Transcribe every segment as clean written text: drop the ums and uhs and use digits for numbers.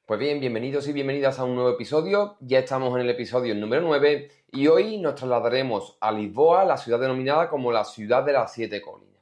Pues bien, bienvenidos y bienvenidas a un nuevo episodio. Ya estamos en el episodio número 9 y hoy nos trasladaremos a Lisboa, la ciudad denominada como la ciudad de las siete colinas.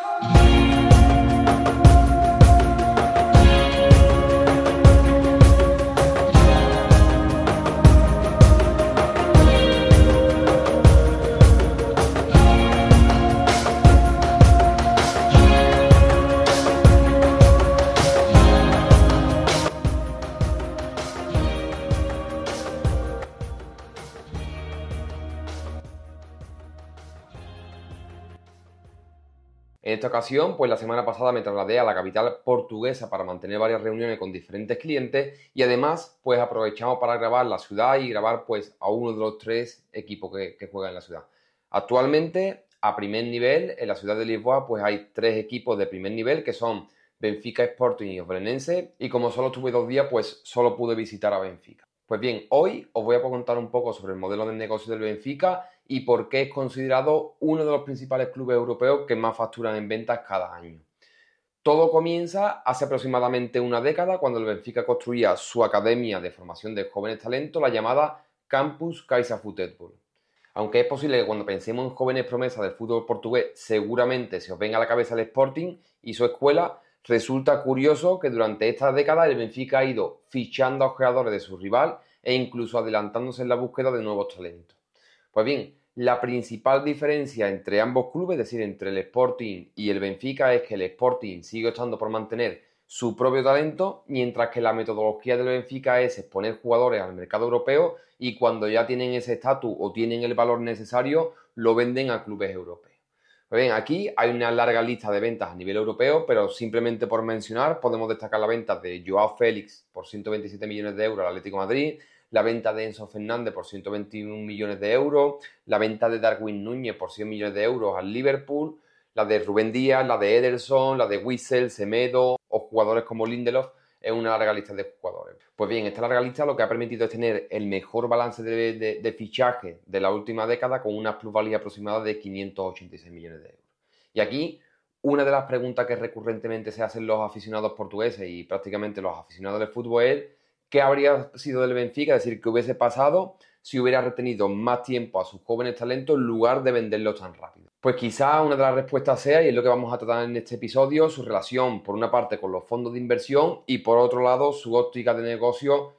En esta ocasión, pues la semana pasada me trasladé a la capital portuguesa para mantener varias reuniones con diferentes clientes y además, pues aprovechamos para grabar la ciudad y grabar pues a uno de los tres equipos que juegan en la ciudad. Actualmente, a primer nivel, en la ciudad de Lisboa, pues hay tres equipos de primer nivel que son Benfica, Sporting y Belenenses, y como solo estuve 2 días, pues solo pude visitar a Benfica. Pues bien, hoy os voy a contar un poco sobre el modelo de negocio del Benfica y por qué es considerado uno de los principales clubes europeos que más facturan en ventas cada año. Todo comienza hace aproximadamente una década cuando el Benfica construía su academia de formación de jóvenes talentos, la llamada Campus Caixa Futebol. Aunque es posible que cuando pensemos en jóvenes promesas del fútbol portugués seguramente se os venga a la cabeza el Sporting y su escuela, resulta curioso que durante esta década el Benfica ha ido fichando a jugadores de su rival e incluso adelantándose en la búsqueda de nuevos talentos. Pues bien, la principal diferencia entre ambos clubes, es decir, entre el Sporting y el Benfica, es que el Sporting sigue optando por mantener su propio talento, mientras que la metodología del Benfica es exponer jugadores al mercado europeo y cuando ya tienen ese estatus o tienen el valor necesario, lo venden a clubes europeos. Pues bien, aquí hay una larga lista de ventas a nivel europeo, pero simplemente por mencionar podemos destacar la venta de Joao Félix por 127 millones de euros al Atlético de Madrid, la venta de Enzo Fernández por 121 millones de euros, la venta de Darwin Núñez por 100 millones de euros al Liverpool, la de Rubén Díaz, la de Ederson, la de Witsel, Semedo o jugadores como Lindelof. Es una larga lista de jugadores. Pues bien, esta larga lista lo que ha permitido es tener el mejor balance de fichaje de la última década con una plusvalía aproximada de 586 millones de euros. Y aquí, una de las preguntas que recurrentemente se hacen los aficionados portugueses y prácticamente los aficionados del fútbol es ¿qué habría sido del Benfica? Es decir, ¿qué hubiese pasado si hubiera retenido más tiempo a sus jóvenes talentos en lugar de venderlos tan rápido? Pues quizá una de las respuestas sea, y es lo que vamos a tratar en este episodio, su relación por una parte con los fondos de inversión y por otro lado su óptica de negocio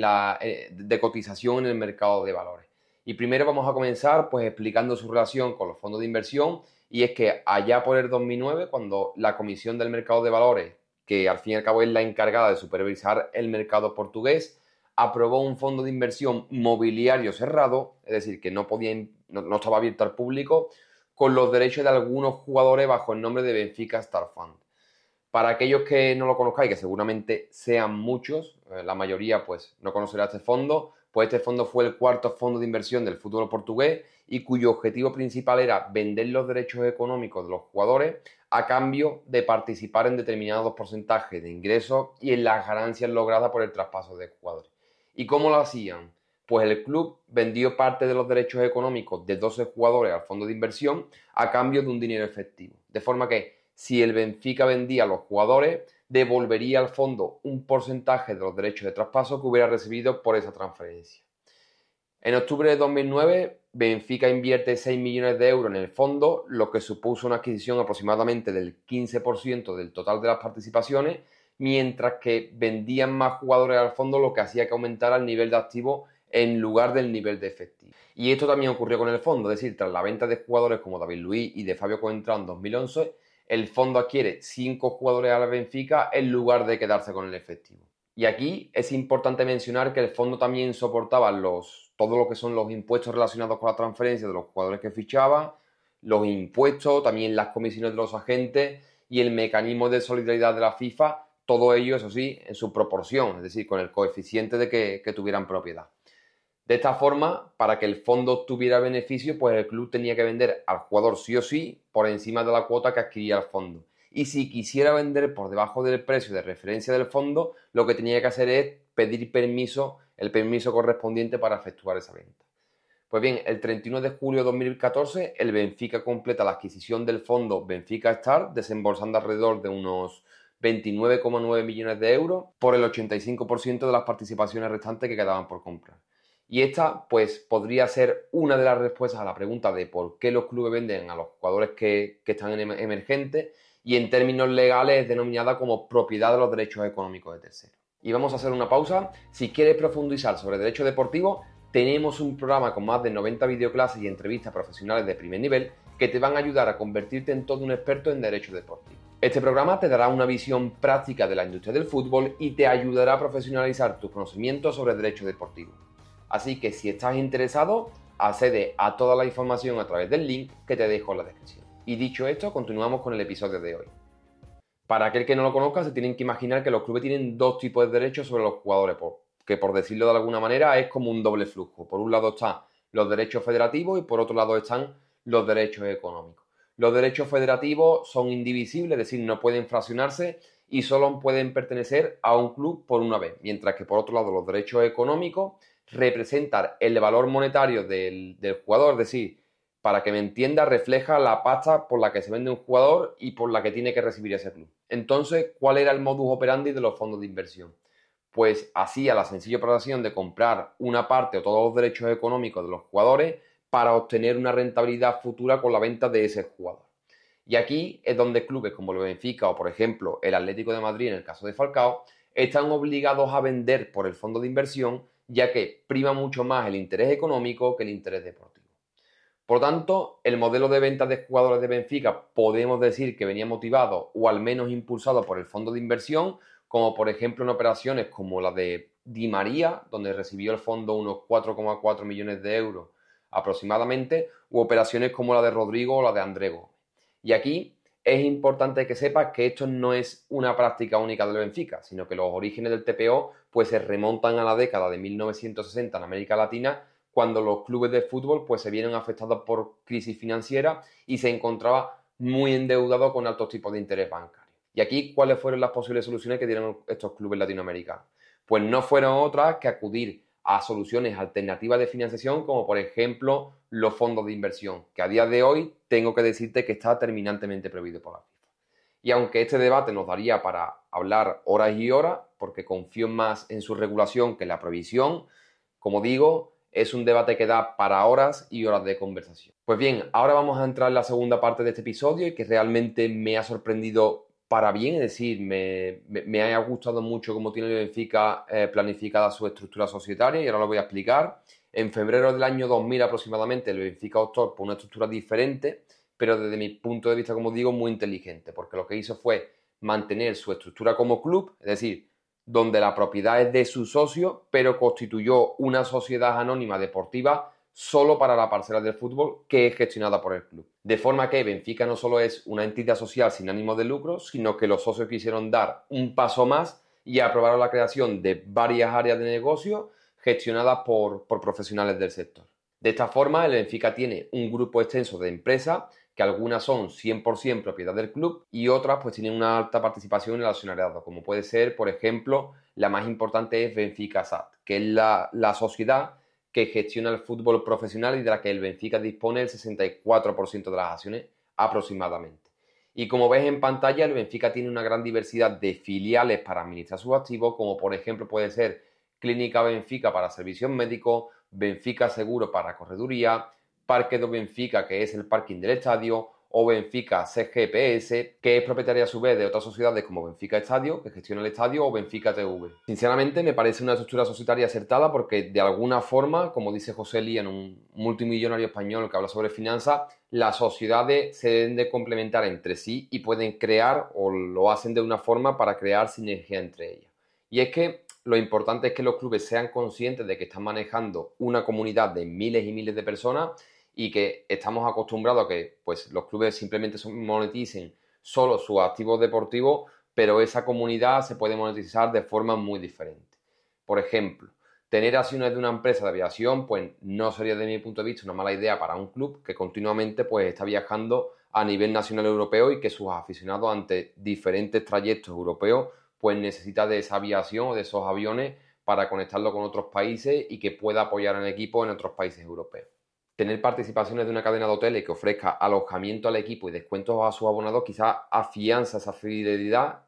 de cotización en el mercado de valores. Y primero vamos a comenzar pues explicando su relación con los fondos de inversión, y es que allá por el 2009, cuando la Comisión del Mercado de Valores, que al fin y al cabo es la encargada de supervisar el mercado portugués, aprobó un fondo de inversión mobiliario cerrado, es decir, que no estaba abierto al público, con los derechos de algunos jugadores bajo el nombre de Benfica Star Fund. Para aquellos que no lo conozcáis, que seguramente sean muchos, la mayoría pues no conocerá este fondo, pues este fondo fue el cuarto fondo de inversión del fútbol portugués y cuyo objetivo principal era vender los derechos económicos de los jugadores a cambio de participar en determinados porcentajes de ingresos y en las ganancias logradas por el traspaso de jugadores. ¿Y cómo lo hacían? Pues el club vendió parte de los derechos económicos de 12 jugadores al fondo de inversión a cambio de un dinero efectivo. De forma que si el Benfica vendía a los jugadores, devolvería al fondo un porcentaje de los derechos de traspaso que hubiera recibido por esa transferencia. En octubre de 2009, Benfica invierte 6 millones de euros en el fondo, lo que supuso una adquisición aproximadamente del 15% del total de las participaciones, mientras que vendían más jugadores al fondo, lo que hacía que aumentara el nivel de activo en lugar del nivel de efectivo. Y esto también ocurrió con el fondo, es decir, tras la venta de jugadores como David Luiz y de Fabio Coentrao en 2011, el fondo adquiere 5 jugadores a la Benfica en lugar de quedarse con el efectivo. Y aquí es importante mencionar que el fondo también soportaba todo lo que son los impuestos relacionados con la transferencia de los jugadores que fichaba, los impuestos, también las comisiones de los agentes y el mecanismo de solidaridad de la FIFA, todo ello, eso sí, en su proporción, es decir, con el coeficiente de que tuvieran propiedad. De esta forma, para que el fondo obtuviera beneficio, pues el club tenía que vender al jugador sí o sí por encima de la cuota que adquiría el fondo. Y si quisiera vender por debajo del precio de referencia del fondo, lo que tenía que hacer es pedir el permiso correspondiente para efectuar esa venta. Pues bien, el 31 de julio de 2014, el Benfica completa la adquisición del fondo Benfica Star, desembolsando alrededor de unos 29,9 millones de euros por el 85% de las participaciones restantes que quedaban por comprar. Y esta, pues, podría ser una de las respuestas a la pregunta de por qué los clubes venden a los jugadores que están en emergentes, y en términos legales es denominada como propiedad de los derechos económicos de terceros. Y vamos a hacer una pausa. Si quieres profundizar sobre derecho deportivo, tenemos un programa con más de 90 videoclases y entrevistas profesionales de primer nivel que te van a ayudar a convertirte en todo un experto en derecho deportivo. Este programa te dará una visión práctica de la industria del fútbol y te ayudará a profesionalizar tus conocimientos sobre derecho deportivo. Así que si estás interesado, accede a toda la información a través del link que te dejo en la descripción. Y dicho esto, continuamos con el episodio de hoy. Para aquel que no lo conozca, se tienen que imaginar que los clubes tienen dos tipos de derechos sobre los jugadores, que por decirlo de alguna manera es como un doble flujo. Por un lado están los derechos federativos y por otro lado están los derechos económicos. Los derechos federativos son indivisibles, es decir, no pueden fraccionarse y solo pueden pertenecer a un club por una vez, mientras que por otro lado los derechos económicos representan el valor monetario del jugador, es decir, para que me entienda, refleja la pasta por la que se vende un jugador y por la que tiene que recibir ese club. Entonces, ¿cuál era el modus operandi de los fondos de inversión? Pues hacía la sencilla operación de comprar una parte o todos los derechos económicos de los jugadores para obtener una rentabilidad futura con la venta de ese jugador. Y aquí es donde clubes como el Benfica o, por ejemplo, el Atlético de Madrid, en el caso de Falcao, están obligados a vender por el fondo de inversión, ya que prima mucho más el interés económico que el interés deportivo. Por tanto, el modelo de venta de jugadores de Benfica podemos decir que venía motivado o al menos impulsado por el fondo de inversión, como por ejemplo en operaciones como la de Di María, donde recibió el fondo unos 4,4 millones de euros aproximadamente, u operaciones como la de Rodrigo o la de André Gómez. Y aquí es importante que sepas que esto no es una práctica única del Benfica, sino que los orígenes del TPO pues se remontan a la década de 1960 en América Latina, cuando los clubes de fútbol pues se vieron afectados por crisis financiera y se encontraba muy endeudado con altos tipos de interés bancario. Y aquí, ¿cuáles fueron las posibles soluciones que dieron estos clubes latinoamericanos? Pues no fueron otras que acudir a soluciones alternativas de financiación, como por ejemplo los fondos de inversión, que a día de hoy tengo que decirte que está terminantemente prohibido por la FIFA. Y aunque este debate nos daría para hablar horas y horas, porque confío más en su regulación que en la prohibición, como digo, es un debate que da para horas y horas de conversación. Pues bien, ahora vamos a entrar en la segunda parte de este episodio y que realmente me ha sorprendido para bien, es decir, me ha gustado mucho cómo tiene el Benfica planificada su estructura societaria y ahora lo voy a explicar. En febrero del año 2000 aproximadamente el Benfica optó por una estructura diferente, pero desde mi punto de vista, como digo, muy inteligente, porque lo que hizo fue mantener su estructura como club, es decir, donde la propiedad es de su socio, pero constituyó una sociedad anónima deportiva solo para la parcela del fútbol que es gestionada por el club. De forma que Benfica no solo es una entidad social sin ánimo de lucro, sino que los socios quisieron dar un paso más y aprobaron la creación de varias áreas de negocio gestionadas por profesionales del sector. De esta forma, el Benfica tiene un grupo extenso de empresas, que algunas son 100% propiedad del club y otras pues tienen una alta participación en el accionariado, como puede ser, por ejemplo, la más importante es Benfica SAT, que es la sociedad que gestiona el fútbol profesional y de la que el Benfica dispone el 64% de las acciones aproximadamente. Y como ves en pantalla, el Benfica tiene una gran diversidad de filiales para administrar sus activos, como por ejemplo puede ser Clínica Benfica para servicios médicos, Benfica Seguro para correduría, Parque do Benfica, que es el parking del estadio, o Benfica CGPS, que es propietaria a su vez de otras sociedades como Benfica Estadio, que gestiona el estadio, o Benfica TV. Sinceramente, me parece una estructura societaria acertada porque, de alguna forma, como dice José Lía, un multimillonario español que habla sobre finanzas, las sociedades se deben de complementar entre sí y pueden crear, o lo hacen de una forma para crear sinergia entre ellas. Y es que lo importante es que los clubes sean conscientes de que están manejando una comunidad de miles y miles de personas y que estamos acostumbrados a que pues, los clubes simplemente moneticen solo sus activos deportivos, pero esa comunidad se puede monetizar de forma muy diferente. Por ejemplo, tener acciones de una empresa de aviación pues no sería, desde mi punto de vista, una mala idea para un club que continuamente pues, está viajando a nivel nacional europeo y que sus aficionados ante diferentes trayectos europeos pues necesita de esa aviación o de esos aviones para conectarlo con otros países y que pueda apoyar al equipo en otros países europeos. Tener participaciones de una cadena de hoteles que ofrezca alojamiento al equipo y descuentos a sus abonados quizás afianza esa fidelidad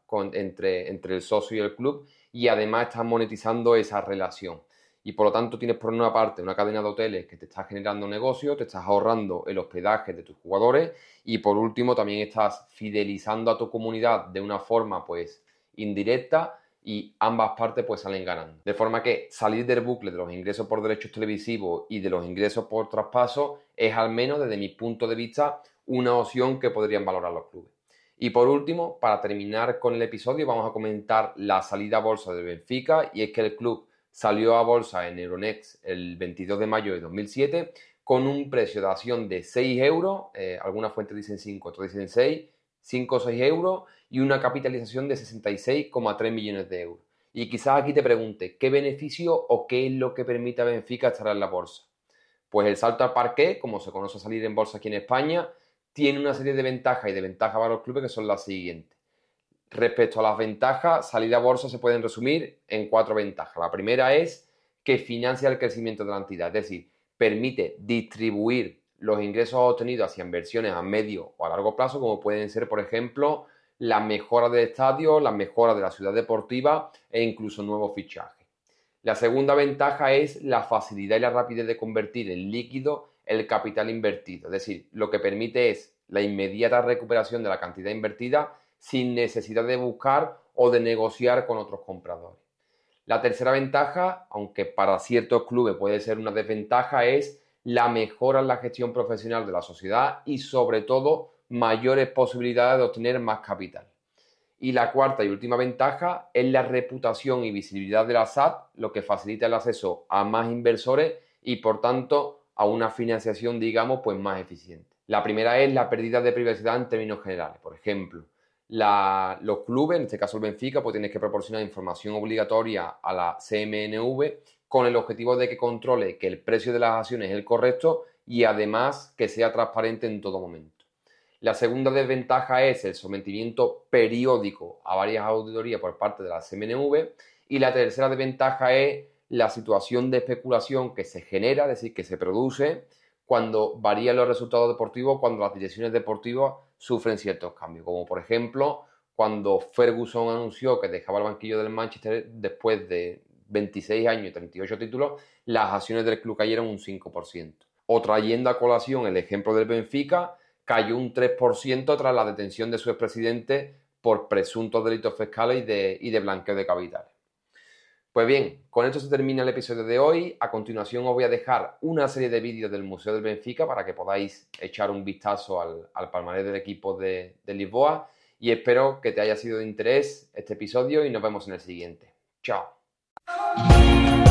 entre el socio y el club, y además estás monetizando esa relación. Y por lo tanto tienes por una parte una cadena de hoteles que te está generando negocio, te estás ahorrando el hospedaje de tus jugadores y por último también estás fidelizando a tu comunidad de una forma pues indirecta y ambas partes pues salen ganando. De forma que salir del bucle de los ingresos por derechos televisivos y de los ingresos por traspaso es, al menos desde mi punto de vista, una opción que podrían valorar los clubes. Y por último, para terminar con el episodio, vamos a comentar la salida a bolsa del Benfica, y es que el club salió a bolsa en Euronext el 22 de mayo de 2007 con un precio de acción de 6 euros, algunas fuentes dicen 5, otras dicen 6, 5 o 6 euros, y una capitalización de 66,3 millones de euros. Y quizás aquí te pregunte, ¿qué beneficio o qué es lo que permite a Benfica estar en la bolsa? Pues el salto al parqué, como se conoce salir en bolsa aquí en España, tiene una serie de ventajas y desventajas para los clubes que son las siguientes. Respecto a las ventajas, salir a bolsa se pueden resumir en 4 ventajas. La primera es que financia el crecimiento de la entidad, es decir, permite distribuir los ingresos obtenidos hacia inversiones a medio o a largo plazo, como pueden ser, por ejemplo, la mejora del estadio, la mejora de la ciudad deportiva e incluso nuevos fichajes. La segunda ventaja es la facilidad y la rapidez de convertir en líquido el capital invertido, es decir, lo que permite es la inmediata recuperación de la cantidad invertida sin necesidad de buscar o de negociar con otros compradores. La tercera ventaja, aunque para ciertos clubes puede ser una desventaja, es la mejora en la gestión profesional de la sociedad y sobre todo mayores posibilidades de obtener más capital. Y la cuarta y última ventaja es la reputación y visibilidad de la SAD, lo que facilita el acceso a más inversores y por tanto a una financiación, digamos, pues más eficiente. La primera es la pérdida de privacidad en términos generales. Por ejemplo, los clubes, en este caso el Benfica, pues tienes que proporcionar información obligatoria a la CMNV con el objetivo de que controle que el precio de las acciones es el correcto y además que sea transparente en todo momento. La segunda desventaja es el sometimiento periódico a varias auditorías por parte de la CMNV, y la tercera desventaja es la situación de especulación que se genera, es decir, que se produce cuando varían los resultados deportivos, cuando las direcciones deportivas sufren ciertos cambios, como por ejemplo cuando Ferguson anunció que dejaba el banquillo del Manchester después de 26 años y 38 títulos, las acciones del club cayeron un 5%. O trayendo a colación el ejemplo del Benfica, cayó un 3% tras la detención de su expresidente por presuntos delitos fiscales y de blanqueo de capitales. Pues bien, con esto se termina el episodio de hoy. A continuación os voy a dejar una serie de vídeos del Museo del Benfica para que podáis echar un vistazo al palmarés del equipo de Lisboa, y espero que te haya sido de interés este episodio y nos vemos en el siguiente. ¡Chao!